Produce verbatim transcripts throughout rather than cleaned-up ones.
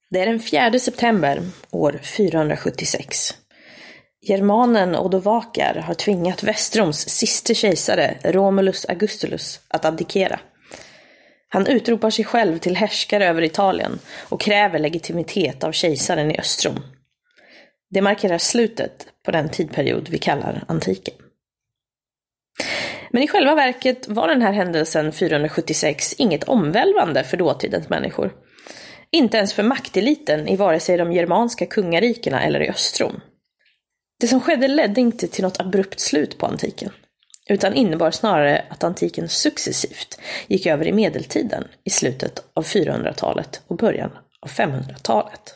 Det är den fjärde september år fyrahundrasjuttiosex. Germanen Odovacar har tvingat Västroms siste kejsare Romulus Augustulus att abdikera. Han utropar sig själv till härskare över Italien och kräver legitimitet av kejsaren i Östrom. Det markerar slutet på den tidperiod vi kallar antiken. Men i själva verket var den här händelsen fyrahundrasjuttiosex inget omvälvande för dåtidens människor. Inte ens för makteliten i vare sig de germanska kungarikena eller i Östrom. Det som skedde ledde inte till något abrupt slut på antiken, utan innebar snarare att antiken successivt gick över i medeltiden i slutet av fyrahundratalet och början av femhundratalet.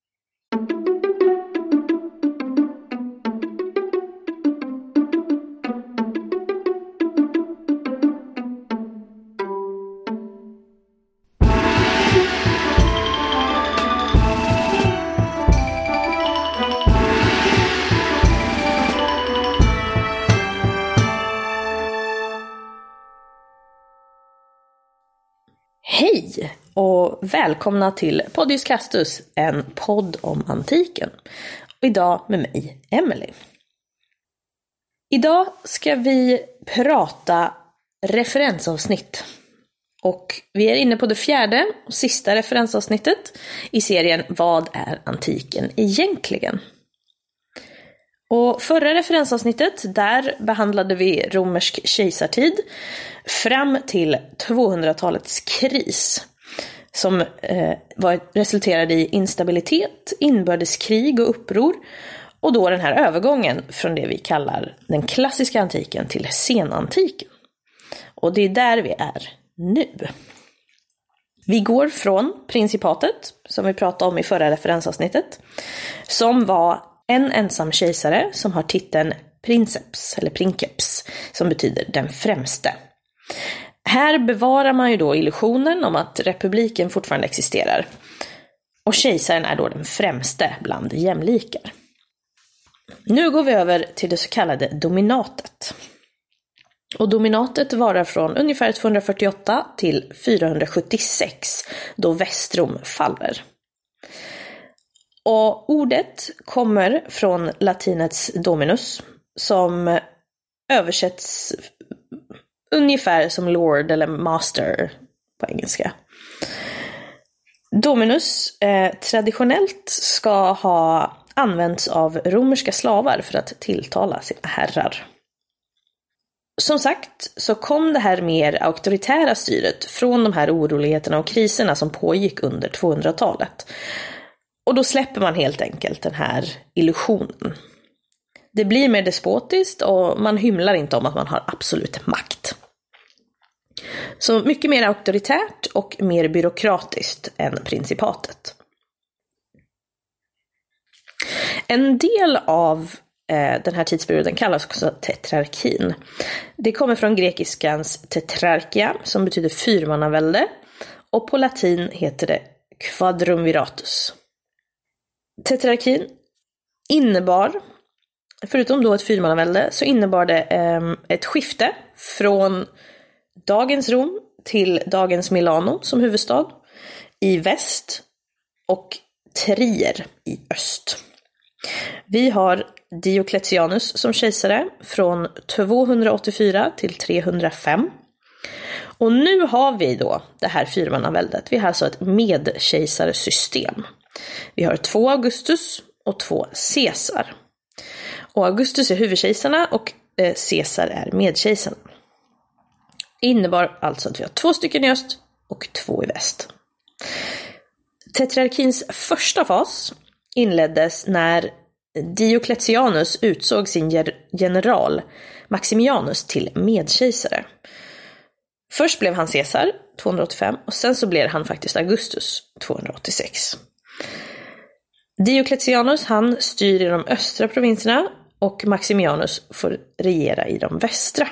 Hej och välkomna till Podius Castus, en podd om antiken. Och idag med mig, Emily. Idag ska vi prata referensavsnitt. Och vi är inne på det fjärde och sista referensavsnittet i serien Vad är antiken egentligen? Och förra referensavsnittet, där behandlade vi romersk kejsartid fram till tvåhundratalets kris som eh, var, resulterade i instabilitet, inbördeskrig och uppror, och då den här övergången från det vi kallar den klassiska antiken till senantiken. Och det är där vi är nu. Vi går från principatet, som vi pratade om i förra referensavsnittet, som var en ensam kejsare som har titeln princeps eller princeps, som betyder den främste. Här bevarar man ju då illusionen om att republiken fortfarande existerar. Och kejsaren är då den främste bland jämlikar. Nu går vi över till det så kallade dominatet. Och dominatet varar från ungefär tvåhundrafyrtioåtta till fyrahundrasjuttiosex, då Västrom faller. Och ordet kommer från latinets dominus, som översätts ungefär som lord eller master på engelska. Dominus eh, traditionellt ska ha använts av romerska slavar för att tilltala sina herrar. Som sagt så kom det här mer auktoritära styret från de här oroligheterna och kriserna som pågick under tvåhundratalet. Och då släpper man helt enkelt den här illusionen. Det blir mer despotiskt och man hymlar inte om att man har absolut makt. Så mycket mer auktoritärt och mer byråkratiskt än principatet. En del av eh, den här tidsperioden kallas också tetrarkin. Det kommer från grekiskans tetrarkia, som betyder fyrmannavälde, och på latin heter det quadrumviratus. Tetrarkin innebar, förutom då ett fyrmannavälde, så innebar det eh, ett skifte från dagens Rom till dagens Milano som huvudstad i väst och Trier i öst. Vi har Diocletianus som kejsare från tvåhundraåttiofyra till trehundrafem. Och nu har vi då det här fyrmannaväldet. Vi har alltså ett medkejsarsystem. Vi har två Augustus och två Caesar. Och Augustus är huvudkejsarna och Caesar är medkejsarna. Innebar alltså att vi har två stycken i öst och två i väst. Tetrarkins första fas inleddes när Diocletianus utsåg sin general Maximianus till medkejsare. Först blev han Caesar tvåhundraåttiofem och sen så blev han faktiskt Augustus tvåhundraåttiosex. Diocletianus han styr i de östra provinserna och Maximianus får regera i de västra.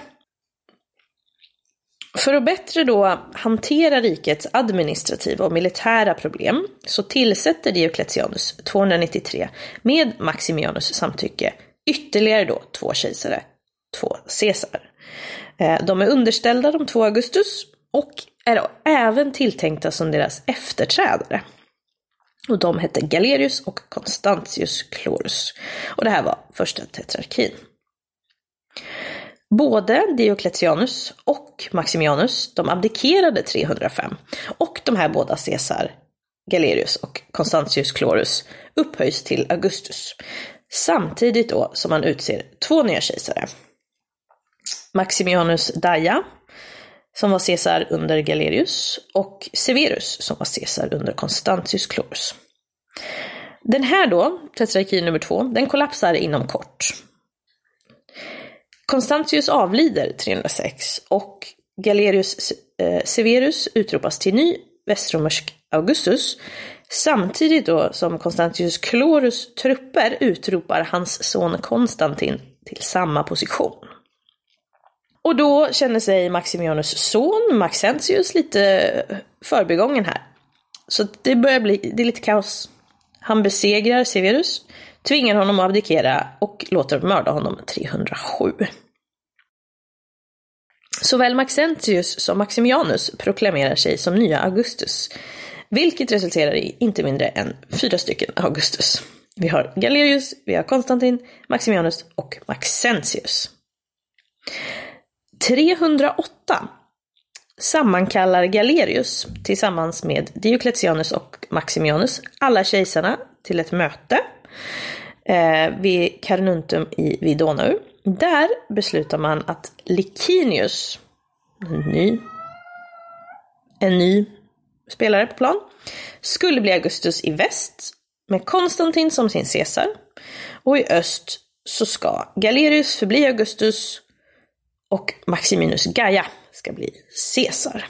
För att bättre då hantera rikets administrativa och militära problem så tillsätter Diocletianus tvåhundranittiotre med Maximianus samtycke ytterligare då två kejsare, två Caesar. De är underställda de två Augustus och är även tilltänkta som deras efterträdare. Och de hette Galerius och Constantius Chlorus. Och det här var första tetrarkin. Både Diocletianus och Maximianus, de abdikerade trehundrafem. Och de här båda Caesar, Galerius och Constantius Chlorus, upphöjs till Augustus. Samtidigt då som man utser två nya kejsare. Maximianus Daia, som var Caesar under Galerius, och Severus, som var Caesar under Constantius Chlorus. Den här då, tetrarki nummer två, den kollapsar inom kort. Constantius avlider trehundrasex och Galerius eh, Severus utropas till ny västromersk Augustus, samtidigt då som Constantius Chlorus trupper utropar hans son Konstantin till samma position. Och då känner sig Maximianus son Maxentius lite förbigången här. Så det börjar bli det är lite kaos. Han besegrar Severus, tvingar honom att abdikera och låter mörda honom trehundrasju. Såväl Maxentius som Maximianus proklamerar sig som nya Augustus, vilket resulterar i inte mindre än fyra stycken Augustus. Vi har Galerius, vi har Konstantin, Maximianus och Maxentius. trehundraåtta sammankallar Galerius tillsammans med Diocletianus och Maximianus alla kejsarna till ett möte eh, vid Carnuntum i vid Donau. Där beslutar man att Licinius, en ny, en ny spelare på plan, skulle bli Augustus i väst med Konstantin som sin Caesar, och i öst så ska Galerius förbli Augustus och Maximinus Gaia ska bli Caesar.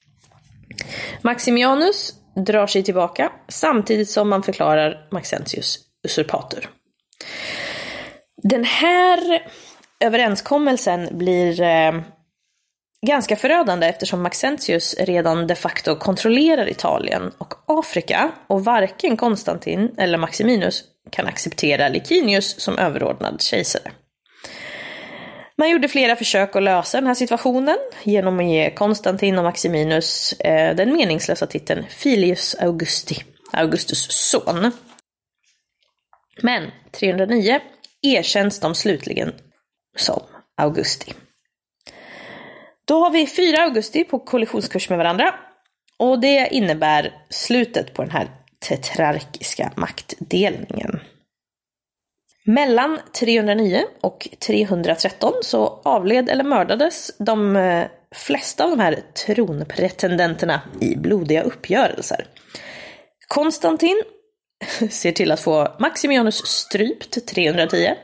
Maximianus drar sig tillbaka samtidigt som man förklarar Maxentius usurpator. Den här överenskommelsen blir eh, ganska förödande eftersom Maxentius redan de facto kontrollerar Italien och Afrika, och varken Konstantin eller Maximinus kan acceptera Licinius som överordnad kejsare. Man gjorde flera försök att lösa den här situationen genom att ge Konstantin och Maximinus eh, den meningslösa titeln Filius Augusti, Augustus son. Men trehundranio erkänns de slutligen som Augusti. Då har vi fyra Augusti på kollisionskurs med varandra, och det innebär slutet på den här tetrarkiska maktdelningen. Mellan trehundranio och trehundratretton så avled eller mördades de flesta av de här tronpretendenterna i blodiga uppgörelser. Konstantin ser till att få Maximianus strypt trehundratio.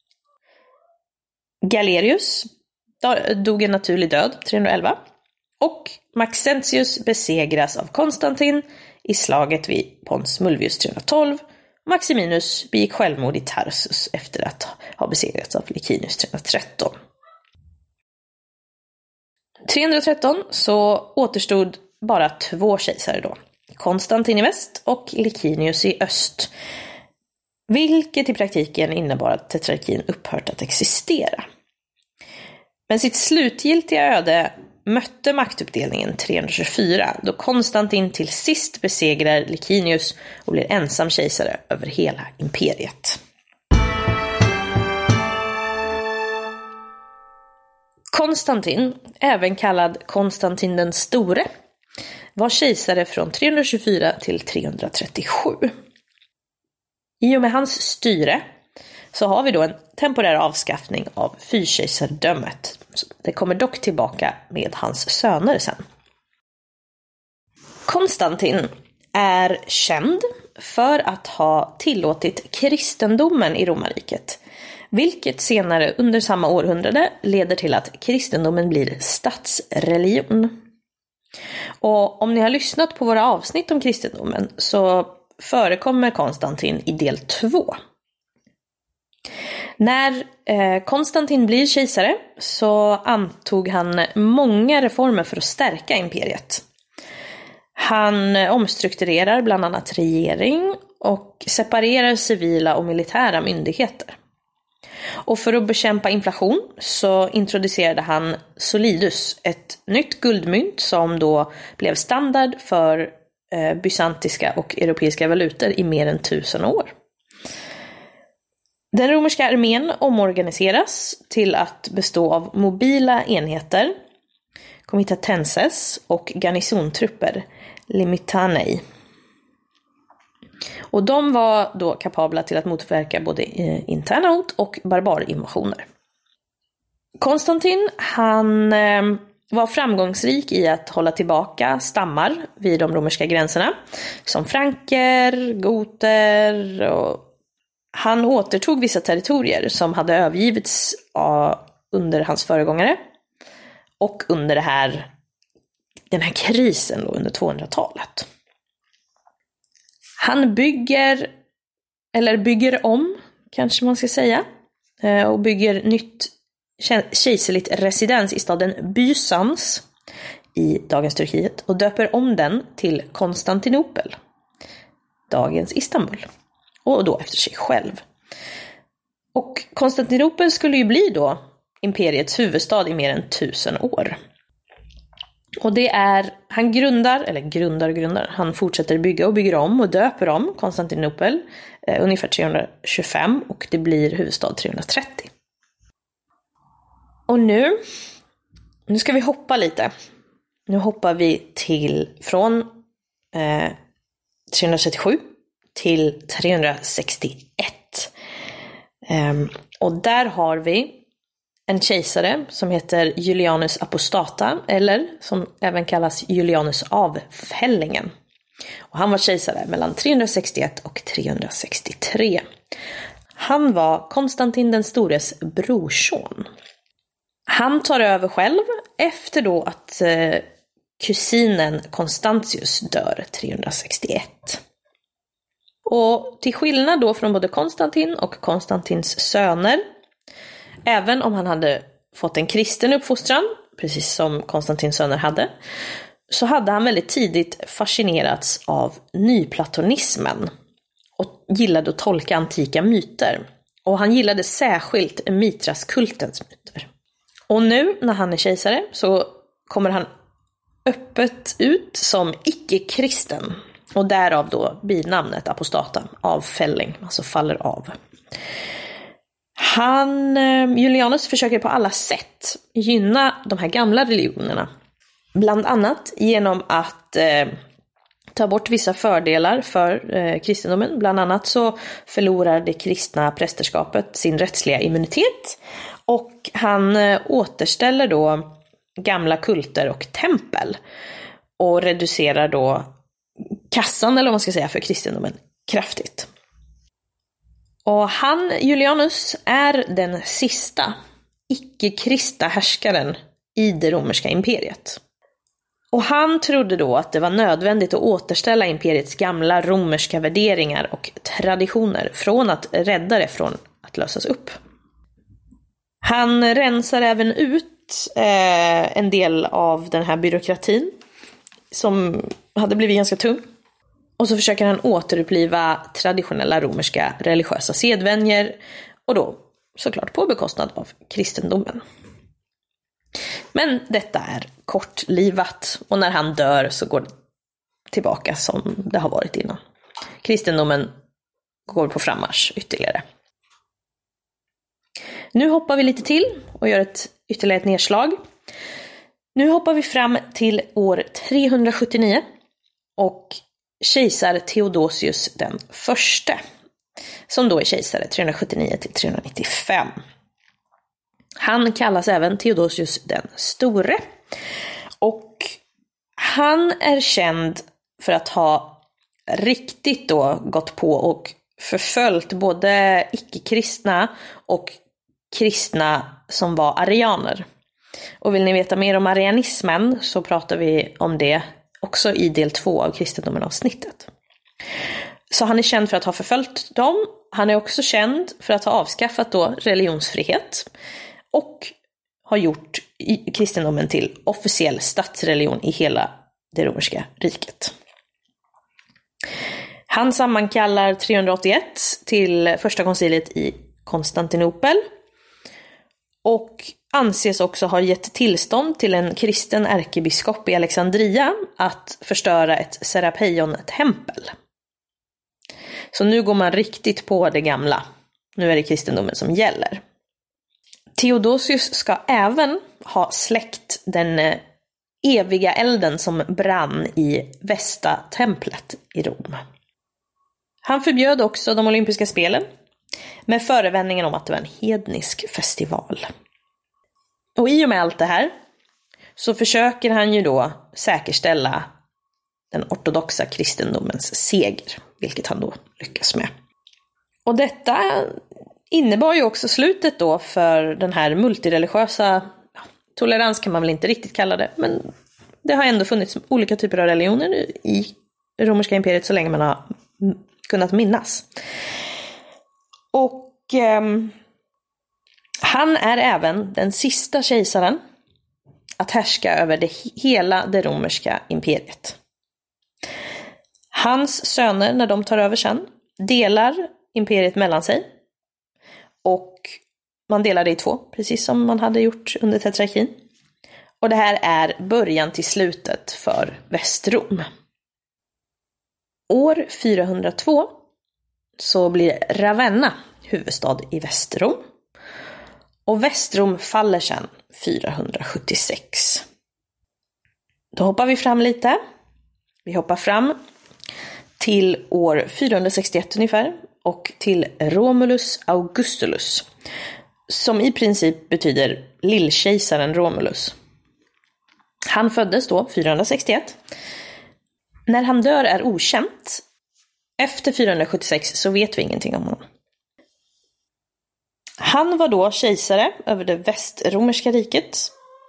Galerius dog en naturlig död trehundraelva. Och Maxentius besegras av Konstantin i slaget vid Pons Mulvius trehundratolv. Maximinus begick självmord i Tarsus efter att ha besegrats av Licinius trehundratretton. trehundratretton så återstod bara två kejsare då. Konstantin i väst och Licinius i öst. Vilket i praktiken innebar att tetrarkin upphört att existera. Men sitt slutgiltiga öde mötte maktuppdelningen trehundratjugofyra då Konstantin till sist besegrar Licinius och blir ensam kejsare över hela imperiet. Konstantin, även kallad Konstantin den store, var kejsare från trehundratjugofyra till trehundratrettiosju. I och med hans styre så har vi då en temporär avskaffning av fyrkejsardömet. Det kommer dock tillbaka med hans söner sen. Konstantin är känd för att ha tillåtit kristendomen i romarriket, vilket senare under samma århundrade leder till att kristendomen blir statsreligion. Och om ni har lyssnat på våra avsnitt om kristendomen så förekommer Konstantin i del två. När eh, Konstantin blir kejsare så antog han många reformer för att stärka imperiet. Han omstrukturerar bland annat regering och separerar civila och militära myndigheter. Och för att bekämpa inflation så introducerade han solidus, ett nytt guldmynt som då blev standard för eh, bysantiska och europeiska valutor i mer än tusen år. Den romerska armén omorganiseras till att bestå av mobila enheter, comitatenses, och garnisontrupper, limitanei. Och de var då kapabla till att motverka både interna hot och barbarinvasioner. Konstantin, han eh, var framgångsrik i att hålla tillbaka stammar vid de romerska gränserna, som franker, goter, och han återtog vissa territorier som hade övergivits av, under hans föregångare och under det här, den här krisen då, under tvåhundratalet. Han bygger, eller bygger om, kanske man ska säga, och bygger nytt kejserligt residens i staden Bysans i dagens Turkiet och döper om den till Konstantinopel, dagens Istanbul, och då efter sig själv. Och Konstantinopel skulle ju bli då imperiets huvudstad i mer än tusen år. Och det är, han grundar, eller grundar och grundar, han fortsätter bygga och bygger om och döper om Konstantinopel eh, ungefär trehundratjugofem, och det blir huvudstad trehundratrettio. Och nu, nu ska vi hoppa lite. Nu hoppar vi till från eh, trehundratrettiosju till trehundrasextioett. Um, och där har vi en kejsare som heter Julianus Apostata, eller som även kallas Julianus Avfällingen. Och han var kejsare mellan trehundrasextioett och trehundrasextiotre. Han var Konstantin den stores brorson. Han tar över själv efter då att eh, kusinen Constantius dör trehundrasextioett. Och till skillnad då från både Konstantin och Konstantins söner, även om han hade fått en kristen uppfostran, precis som Konstantins söner hade, så hade han väldigt tidigt fascinerats av nyplatonismen och gillade att tolka antika myter. Och han gillade särskilt Mitras-kultens myter. Och nu när han är kejsare så kommer han öppet ut som icke-kristen. Och därav då binamnet apostata, avfälling, alltså faller av. Han, Julianus, försöker på alla sätt gynna de här gamla religionerna. Bland annat genom att eh, ta bort vissa fördelar för eh, kristendomen. Bland annat så förlorar det kristna prästerskapet sin rättsliga immunitet. Och han eh, återställer då gamla kulter och tempel. Och reducerar då kassan, eller vad man ska säga, för kristendomen kraftigt. Och han, Julianus, är den sista icke-kristna härskaren i det romerska imperiet. Och han trodde då att det var nödvändigt att återställa imperiets gamla romerska värderingar och traditioner från att rädda det från att lösas upp. Han rensar även ut eh, en del av den här byråkratin som hade blivit ganska tung. Och så försöker han återuppliva traditionella romerska religiösa sedvänjer, och då såklart på bekostnad av kristendomen. Men detta är kortlivat, och när han dör så går det tillbaka som det har varit innan. Kristendomen går på frammarsch ytterligare. Nu hoppar vi lite till och gör ett ytterligare ett nedslag. Nu hoppar vi fram till år trehundrasjuttionio och kejsar Theodosius den förste, som då är kejsare trehundrasjuttionio till trehundranittiofem. Han kallas även Theodosius den store, och han är känd för att ha riktigt då gått på och förföljt både icke-kristna och kristna som var arianer. Och vill ni veta mer om arianismen så pratar vi om det också i del två av kristendomen-avsnittet. Så han är känd för att ha förföljt dem. Han är också känd för att ha avskaffat då religionsfrihet och har gjort kristendomen till officiell statsreligion i hela det romerska riket. Han sammankallar trehundraåttioett till första konciliet i Konstantinopel, och anses också ha gett tillstånd till en kristen ärkebiskop i Alexandria att förstöra ett Serapeion-tempel. Så nu går man riktigt på det gamla. Nu är det kristendomen som gäller. Theodosius ska även ha släckt den eviga elden som brann i Vesta-templet i Rom. Han förbjöd också de olympiska spelen med förevändningen om att det var en hednisk festival. Och i och med allt det här så försöker han ju då säkerställa den ortodoxa kristendomens seger, vilket han då lyckas med. Och detta innebar ju också slutet då för den här multireligiösa, ja, tolerans kan man väl inte riktigt kalla det, men det har ändå funnits olika typer av religioner i romerska imperiet så länge man har kunnat minnas. Och eh, han är även den sista kejsaren att härska över det, hela det romerska imperiet. Hans söner, när de tar över sen, delar imperiet mellan sig. Och man delar det i två, precis som man hade gjort under tetrarkin. Och det här är början till slutet för Västrom. År fyrahundratvå så blir Ravenna huvudstad i Västrom. Och Västrom faller sedan fyrahundrasjuttiosex. Då hoppar vi fram lite. Vi hoppar fram till år fyrahundrasextioett ungefär och till Romulus Augustulus, som i princip betyder lillkejsaren Romulus. Han föddes då fyrahundrasextioett. När han dör är okänt. Efter fyrahundrasjuttiosex så vet vi ingenting om honom. Han var då kejsare över det västromerska riket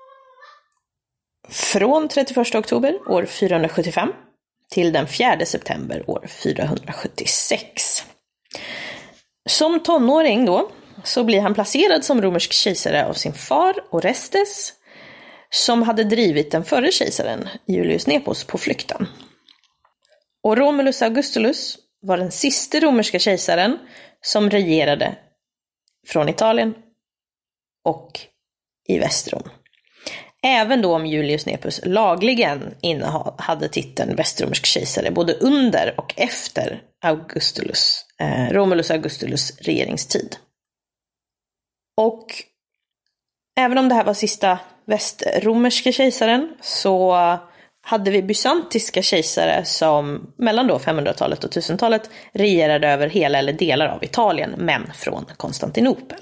från trettioförsta oktober år fyrahundrasjuttiofem till den fjärde september år fyrahundrasjuttiosex. Som tonåring då så blir han placerad som romersk kejsare av sin far Orestes, som hade drivit den förre kejsaren Julius Nepos på flykten. Och Romulus Augustulus var den sista romerska kejsaren som regerade från Italien och i Västrom. Även då om Julius Nepos lagligen innehav hade titeln västromersk kejsare både under och efter Augustulus, eh, Romulus Augustulus regeringstid. Och även om det här var sista västromerska kejsaren så hade vi bysantiska kejsare som mellan då femhundratalet och tusentalet regerade över hela eller delar av Italien, men från Konstantinopel.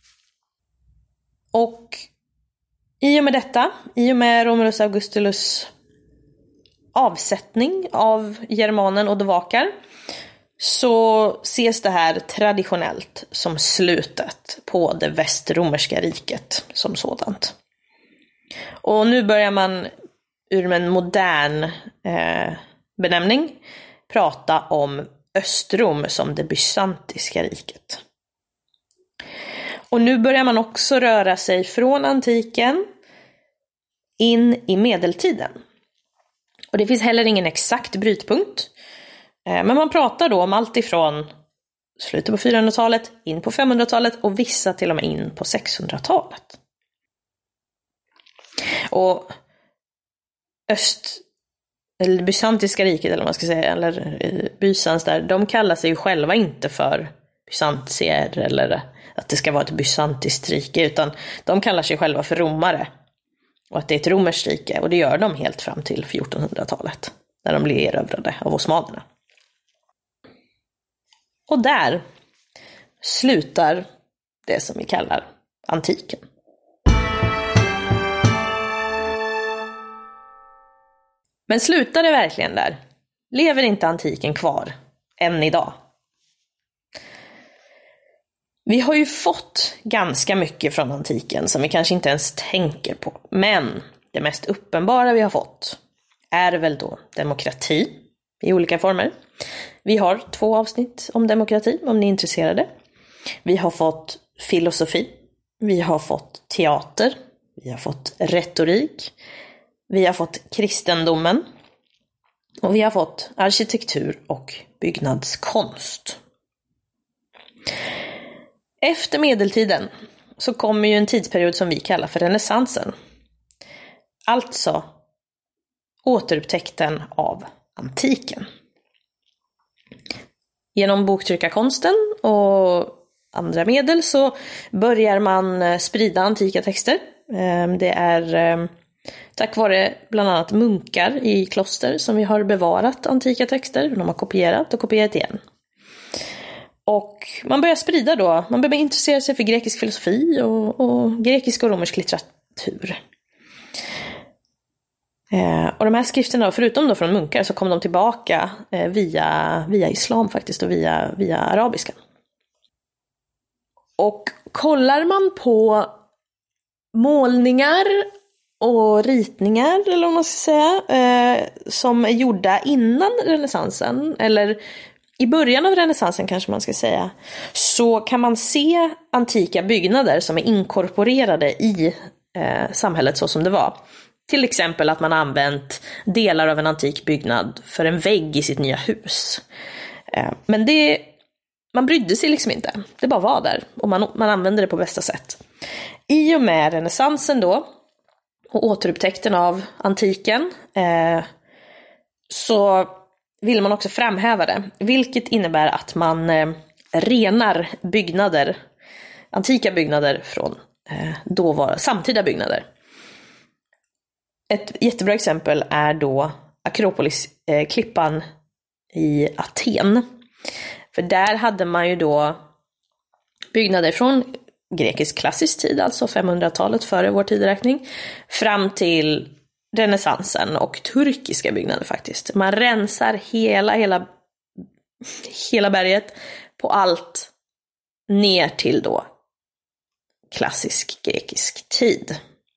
Och i och med detta, i och med Romulus Augustulus avsättning av germanen och dovakar, så ses det här traditionellt som slutet på det västromerska riket som sådant. Och nu börjar man ur en modern eh, benämning prata om Östrom som det bysantiska riket. Och nu börjar man också röra sig från antiken in i medeltiden. Och det finns heller ingen exakt brytpunkt. Eh, men man pratar då om allt ifrån slutet på fyrahundratalet in på femhundratalet och vissa till och med in på sexhundratalet. Och öst eller bysantiska riket eller vad man ska säga, eller Bysans där, de kallar sig ju själva inte för bysantier eller att det ska vara ett bysantiskt rike, utan de kallar sig själva för romare och att det är ett romerskt rike, och det gör de helt fram till fjortonhundratalet när de blir erövrade av osmanerna. Och där slutar det som vi kallar antiken. Men slutar det verkligen där? Lever inte antiken kvar än idag? Vi har ju fått ganska mycket från antiken som vi kanske inte ens tänker på. Men det mest uppenbara vi har fått är väl då demokrati i olika former. Vi har två avsnitt om demokrati om ni är intresserade. Vi har fått filosofi. Vi har fått teater. Vi har fått retorik. Vi har fått kristendomen. Och vi har fått arkitektur och byggnadskonst. Efter medeltiden så kommer ju en tidsperiod som vi kallar för renässansen. Alltså återupptäckten av antiken. Genom boktryckarkonsten och andra medel så börjar man sprida antika texter. Det är tack vare bland annat munkar i kloster som vi har bevarat antika texter. De har kopierat och kopierat igen. Och man börjar sprida då, man börjar intressera sig för grekisk filosofi och, och grekisk och romersk litteratur. Eh, och de här skrifterna, förutom då från munkar, så kom de tillbaka eh, via, via islam faktiskt och via, via arabiska. Och kollar man på målningar och ritningar, eller vad man ska säga, eh, som är gjorda innan renässansen, eller i början av renässansen kanske man ska säga, så kan man se antika byggnader som är inkorporerade i eh, samhället så som det var. Till exempel att man använt delar av en antik byggnad för en vägg i sitt nya hus. Eh, men det, man brydde sig liksom inte. Det bara var där och man, man använde det på bästa sätt. I och med renässansen då och återupptäckten av antiken eh, så vill man också framhäva det, vilket innebär att man eh, renar byggnader, antika byggnader från eh, då var samtida byggnader. Ett jättebra exempel är då Akropolis-klippan eh, i Aten. För där hade man ju då byggnader från grekisk klassisk tid, alltså femhundratalet före vår tideräkning, fram till renässansen och turkiska byggnader faktiskt. Man rensar hela, hela, hela berget på allt ner till då klassisk grekisk tid.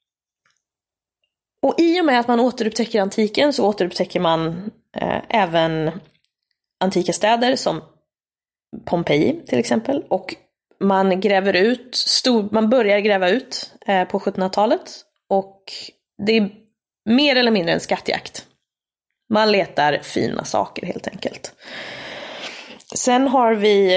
Och i och med att man återupptäcker antiken så återupptäcker man eh, även antika städer som Pompeji till exempel. Och man gräver ut, stor, man börjar gräva ut eh, på sjuttonhundratalet och det är mer eller mindre en skattjakt. Man letar fina saker helt enkelt. Sen har vi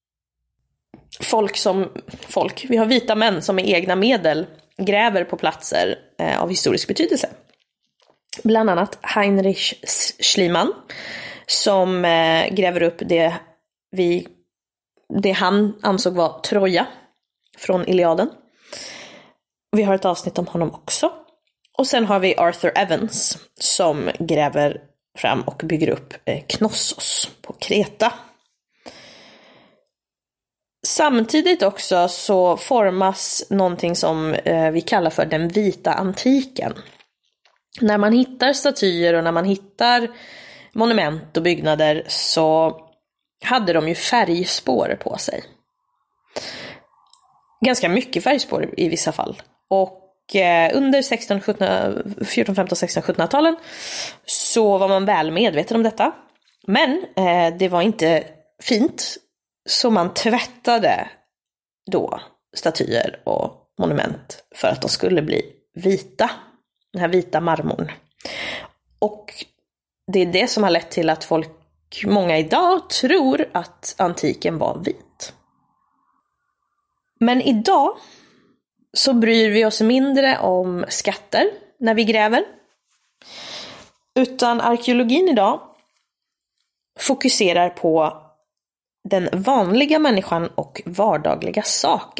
folk som folk, vi har vita män som med egna medel gräver på platser eh, av historisk betydelse. Bland annat Heinrich Schliemann som eh, gräver upp det, vi, det han ansåg var Troja från Iliaden. Vi har ett avsnitt om honom också. Och sen har vi Arthur Evans som gräver fram och bygger upp eh, Knossos på Kreta. Samtidigt också så formas någonting som eh, vi kallar för den vita antiken. När man hittar statyer och när man hittar monument och byggnader så hade de ju färgspår på sig. Ganska mycket färgspår i vissa fall. Och eh, under sexton, sjutton, fjorton, femton, sexton, sjuttonhundratalen så var man väl medveten om detta. Men eh, det var inte fint. Så man tvättade då statyer och monument för att de skulle bli vita. Den här vita marmorn. Och det är det som har lett till att folk, många idag, tror att antiken var vit. Men idag så bryr vi oss mindre om skatter när vi gräver. Utan arkeologin idag fokuserar på den vanliga människan och vardagliga saker.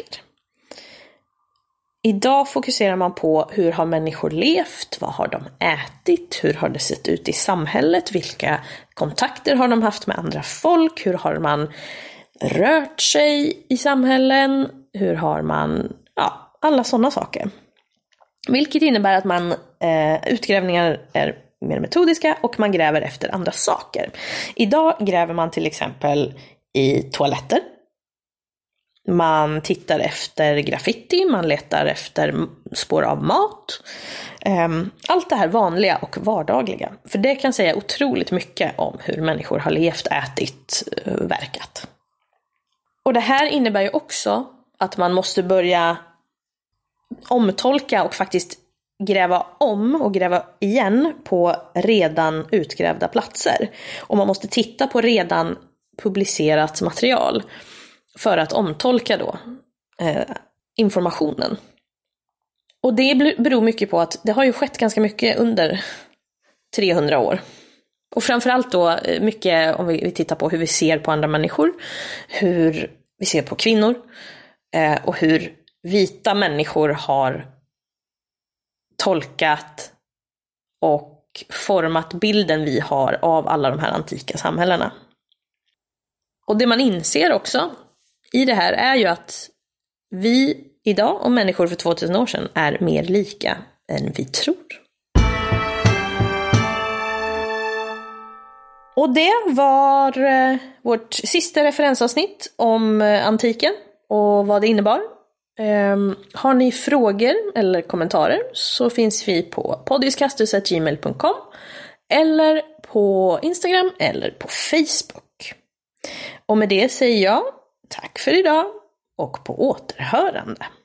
Idag fokuserar man på hur har människor levt, vad har de ätit, hur har det sett ut i samhället, vilka kontakter har de haft med andra folk, hur har man rört sig i samhällen, hur har man, ja, alla sådana saker. Vilket innebär att man, eh, utgrävningar är mer metodiska och man gräver efter andra saker. Idag gräver man till exempel i toaletter. Man tittar efter graffiti, man letar efter spår av mat. Allt det här vanliga och vardagliga. För det kan säga otroligt mycket om hur människor har levt, ätit, verkat. Och det här innebär ju också att man måste börja omtolka och faktiskt gräva om och gräva igen på redan utgrävda platser. Och man måste titta på redan publicerat material för att omtolka då eh, informationen. Och det beror mycket på att det har ju skett ganska mycket under trehundra år. Och framförallt då mycket om vi tittar på hur vi ser på andra människor, hur vi ser på kvinnor eh, och hur vita människor har tolkat och format bilden vi har av alla de här antika samhällena. Och det man inser också i det här är ju att vi idag och människor för tvåtusen år sedan är mer lika än vi tror. Och det var vårt sista referensavsnitt om antiken och vad det innebar. Um, har ni frågor eller kommentarer så finns vi på podiuskastus at gmail punkt com eller på Instagram eller på Facebook. Och med det säger jag tack för idag och på återhörande.